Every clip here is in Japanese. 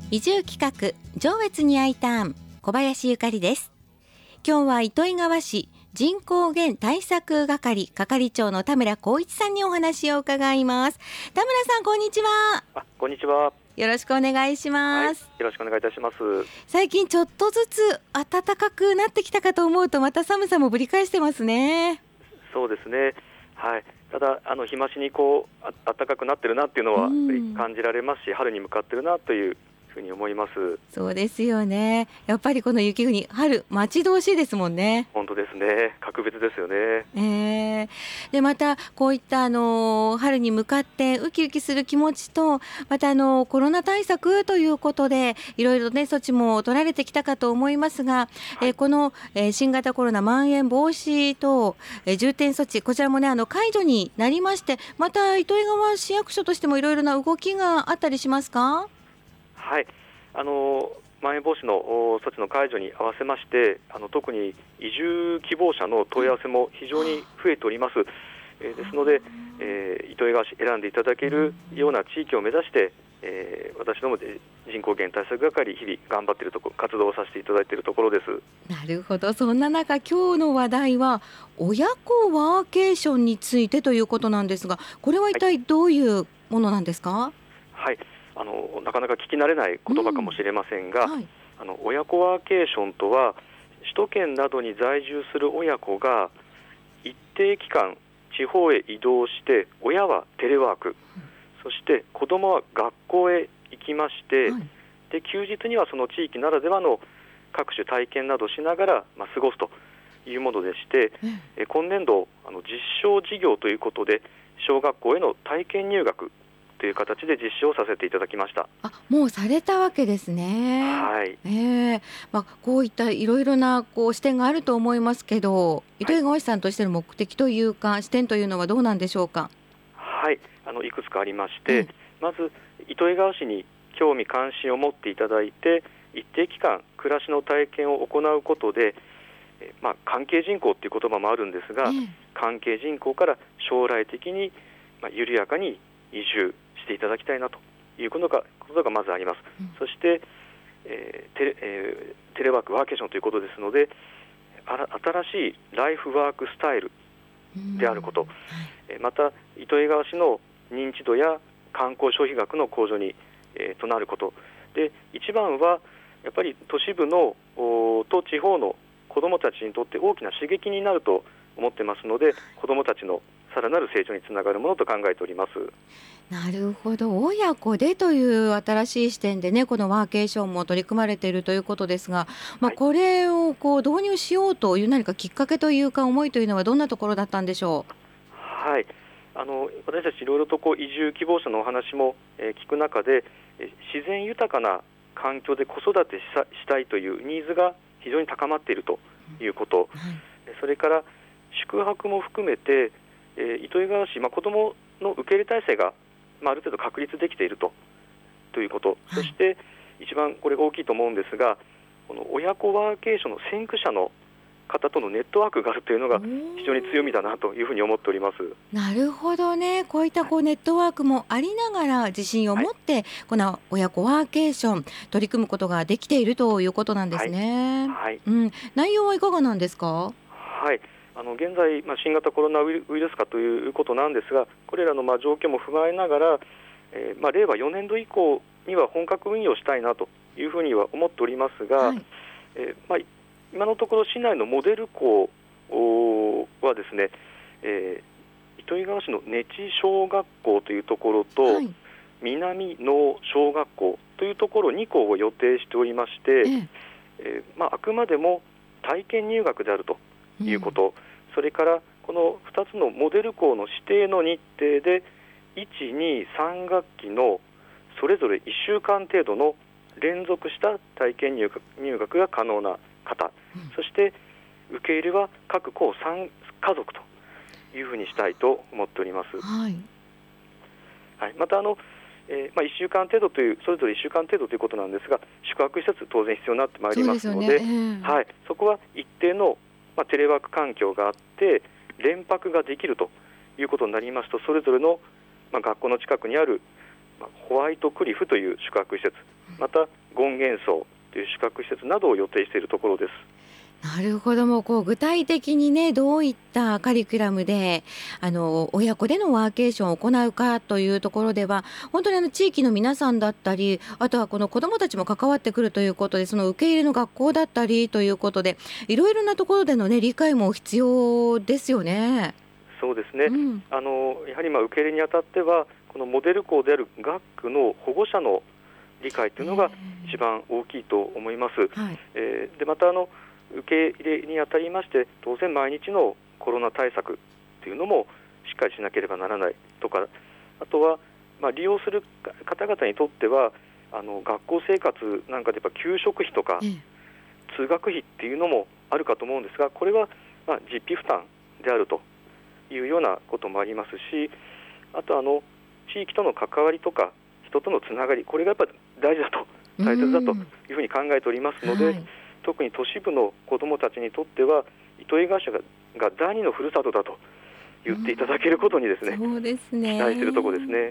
移住企画上越に I ターン、小林ゆかりです。今日は糸魚川市人口減対策係係長の田村光一さんにお話を伺います。田村さん、こんにちは。 こんにちは。 よろしくお願いします。 よろしくお願いいたします。 最近ちょっとずつ暖かくなってきたかと思うと、また寒さもぶり返してますね。 そうですね。ただ日増しに暖かくなってるなっていうのは感じられますし、春に向かってるなというふうに思います。 そうですよね。やっぱりこの雪国、春待ち遠しいですもんね。 本当ですね。格別ですよね。 でまたこういった春に向かってウキウキする気持ちと、またコロナ対策ということでいろいろね措置も取られてきたかと思いますが、この、新型コロナまん延防止等、重点措置、こちらもね解除になりまして、また糸魚川市役所としてもいろいろな動きがあったりしますか？ まん延防止の措置の解除に合わせまして、特に移住希望者の問い合わせも非常に増えております。ですので、糸魚川市選んでいただけるような地域を目指して、私どもで人口減対策係日々頑張っているところ、活動をさせていただいているところです。 なるほど。そんな中、今日の話題は親子ワーケーションについてということなんですが、これは一体どういうものなんですか？ なかなか聞き慣れない言葉かもしれませんが、親子ワーケーションとは、首都圏などに在住する親子が一定期間地方へ移動して、親はテレワーク、そして子どもは学校へ行きまして、で休日にはその地域ならではの各種体験などしながら、過ごすというものでして、今年度実証事業ということで小学校への体験入学という形で実施をさせていただきました。 もうされたわけですね。こういったいろいろな視点があると思いますけど、糸魚川市さんとしての目的というか、視点というのはどうなんでしょうか？ いくつかありまして、まず糸魚川市に興味関心を持っていただいて、一定期間暮らしの体験を行うことで、関係人口という言葉もあるんですが、関係人口から将来的に、緩やかに移住していただきたいなということがまずあります。そして、テレワークワーケーションということですので、新しいライフワークスタイルであること、また糸魚川市の認知度や観光消費額の向上に、となることで、一番はやっぱり都市部のと地方の子どもたちにとって大きな刺激になると思ってますので、子どもたちのさらなる成長につながるものと考えております。 なるほど。親子でという新しい視点でね、このワーケーションも取り組まれているということですが、これを導入しようという何かきっかけというか思いというのはどんなところだったんでしょう？ 私たちいろいろと移住希望者のお話も、聞く中で、自然豊かな環境で子育てしたいというニーズが非常に高まっているということ、それから宿泊も含めて、糸魚川市、子どもの受け入れ体制が、ある程度確立できているということ、そして一番これが大きいと思うんですが、この親子ワーケーションの先駆者の方とのネットワークがあるというのが非常に強みだなというふうに思っております。 なるほどね。こういったネットワークもありながら自信を持って、この親子ワーケーション取り組むことができているということなんですね。内容はいかがなんですか？ 現在、新型コロナウイルス化ということなんですが、これらの状況も踏まえながら、令和4年度以降には本格運用したいなというふうには思っておりますが、今のところ市内のモデル校はですね、糸魚川市の根地小学校というところと、南農小学校というところ2校を予定しておりまして、あくまでも体験入学であるということ、それからこの2つのモデル校の指定の日程で1、2、3学期のそれぞれ1週間程度の連続した体験入学が可能な方、そして受け入れは各校3家族というふうにしたいと思っております。また1週間程度というそれぞれ1週間程度ということなんですが、宿泊施設当然必要になってまいりますので、そこは一定のテレワーク環境があって連泊ができるということになりますと、それぞれの学校の近くにあるホワイトクリフという宿泊施設、また権現荘という宿泊施設などを予定しているところです。 なるほど。もう具体的にね、どういったカリキュラムで親子でのワーケーションを行うかというところでは、本当に地域の皆さんだったり、あとはこの子どもたちも関わってくるということで、その受け入れの学校だったりということで、いろいろなところでのね、理解も必要ですよね。 そうですね、やはり受け入れにあたっては、このモデル校である学区の保護者の理解というのが一番大きいと思います。 はい。 でまた受け入れにあたりまして、当然毎日のコロナ対策というのもしっかりしなければならないとか、あとは、利用する方々にとっては学校生活なんかでやっぱ給食費とか通学費っていうのもあるかと思うんですが、これは実費負担であるというようなこともありますし、あと地域との関わりとか人とのつながり、これがやっぱり大事だと、大切だというふうに考えておりますので、 はい。 特に都市部の子どもたちにとっては糸魚川市が第二のふるさとだと言っていただけることにですね、 そうですね。 期待しているところですね。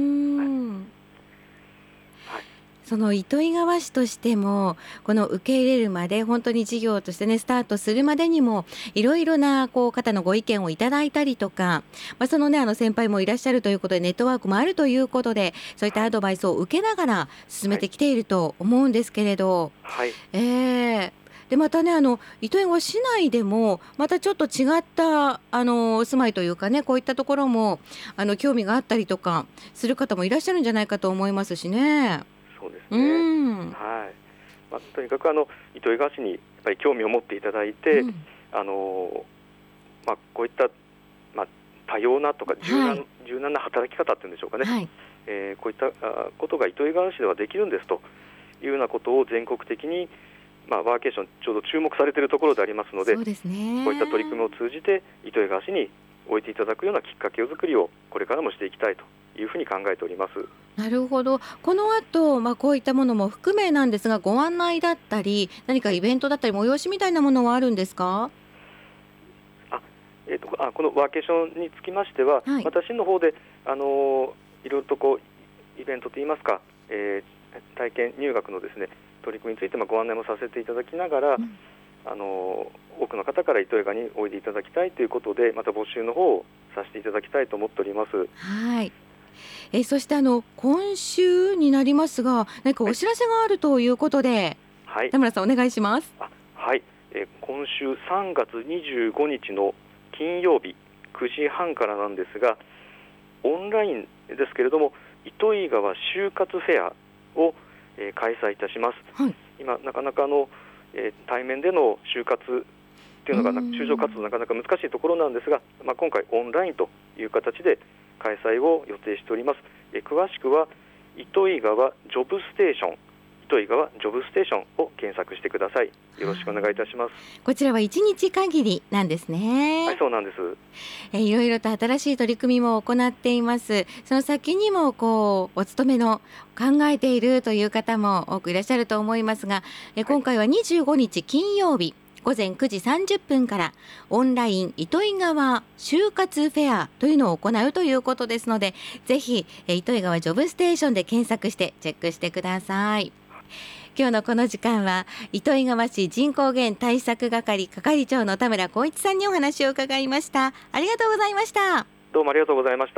はい、 その糸魚川市としても、この受け入れるまで本当に事業としてね、スタートするまでにもいろいろな方のご意見をいただいたりとか、そのね、先輩もいらっしゃるということで、ネットワークもあるということで、そういったアドバイスを受けながら進めてきていると思うんですけれど、 はい、 でまたね、糸魚川市内でもまたちょっと違った住まいというかね、こういったところも興味があったりとかする方もいらっしゃるんじゃないかと思いますしね。 そうですね、はい、とにかく糸魚川市にやっぱり興味を持っていただいて、こういった、多様なとか柔軟な働き方っていうんでしょうかね、はい、こういったことが糸魚川市ではできるんですというようなことを全国的にワーケーションちょうど注目されているところでありますので、 そうですね、 こういった取り組みを通じて糸魚川市に置いていただくようなきっかけ作りをこれからもしていきたいというふうに考えております。 なるほど。この後、こういったものも含めなんですが、ご案内だったり何かイベントだったり催しみたいなものはあるんですか？ このワーケーションにつきましては、はい、私の方でいろいろとイベントといいますか、体験入学のですね取り組みについてご案内もさせていただきながら、多くの方から糸魚川においでいただきたいということで、また募集の方をさせていただきたいと思っております。 はい。そして今週になりますが、何かお知らせがあるということで、はい、田村さんお願いします。 はい、今週3月25日の金曜日9時半からなんですが、オンラインですけれども糸魚川就活フェアを開催いたします。はい、今なかなか対面での就活というのが就職活動なかなか難しいところなんですが、今回オンラインという形で開催を予定しております。詳しくは糸魚川ジョブステーション、糸魚川ジョブステーションを検索してください。よろしくお願いいたします。 こちらは1日限りなんですね。 はい、そうなんです。 いろいろと新しい取り組みも行っています。その先にもお勤めの考えているという方も多くいらっしゃると思いますが、今回は25日金曜日午前9時30分からオンライン糸魚川就活フェアというのを行うということですので、ぜひ糸魚川ジョブステーションで検索してチェックしてください。今日のこの時間は糸魚川市人口減対策係係長の田村光一さんにお話を伺いました。ありがとうございました。 どうもありがとうございました。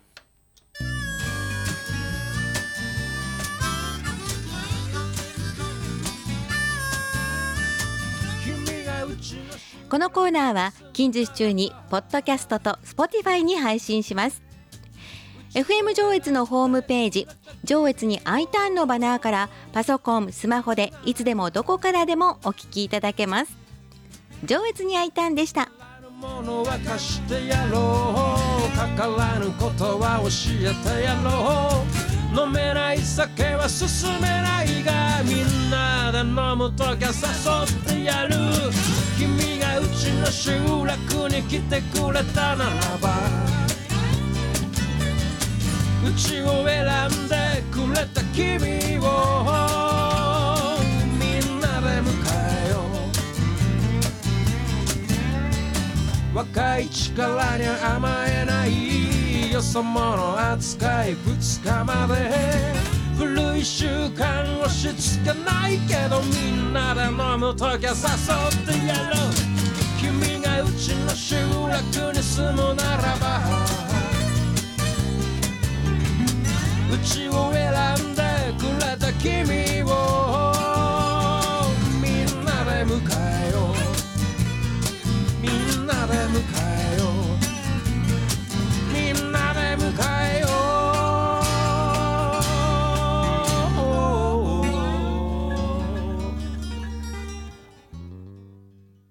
このコーナーは近日中にポッドキャストと Spotify に配信します。 FM 上越のホームページ上越に I ターンのバナーからパソコン、スマホでいつでもどこからでもお聞きいただけます。上越に I ターンでした。ものは貸してやろう、かからぬことは教えてやろう、飲めない酒は進めないがみんなで飲むときは誘ってやる、君がうちの集落に来てくれたならばうちを選んでくれた君をみんなで迎えよう、若い力に甘えないよそ者扱い2日まで古い習慣押し付けないけどみんなで飲むときは誘ってやろう君がうちの集落に住むならばうちを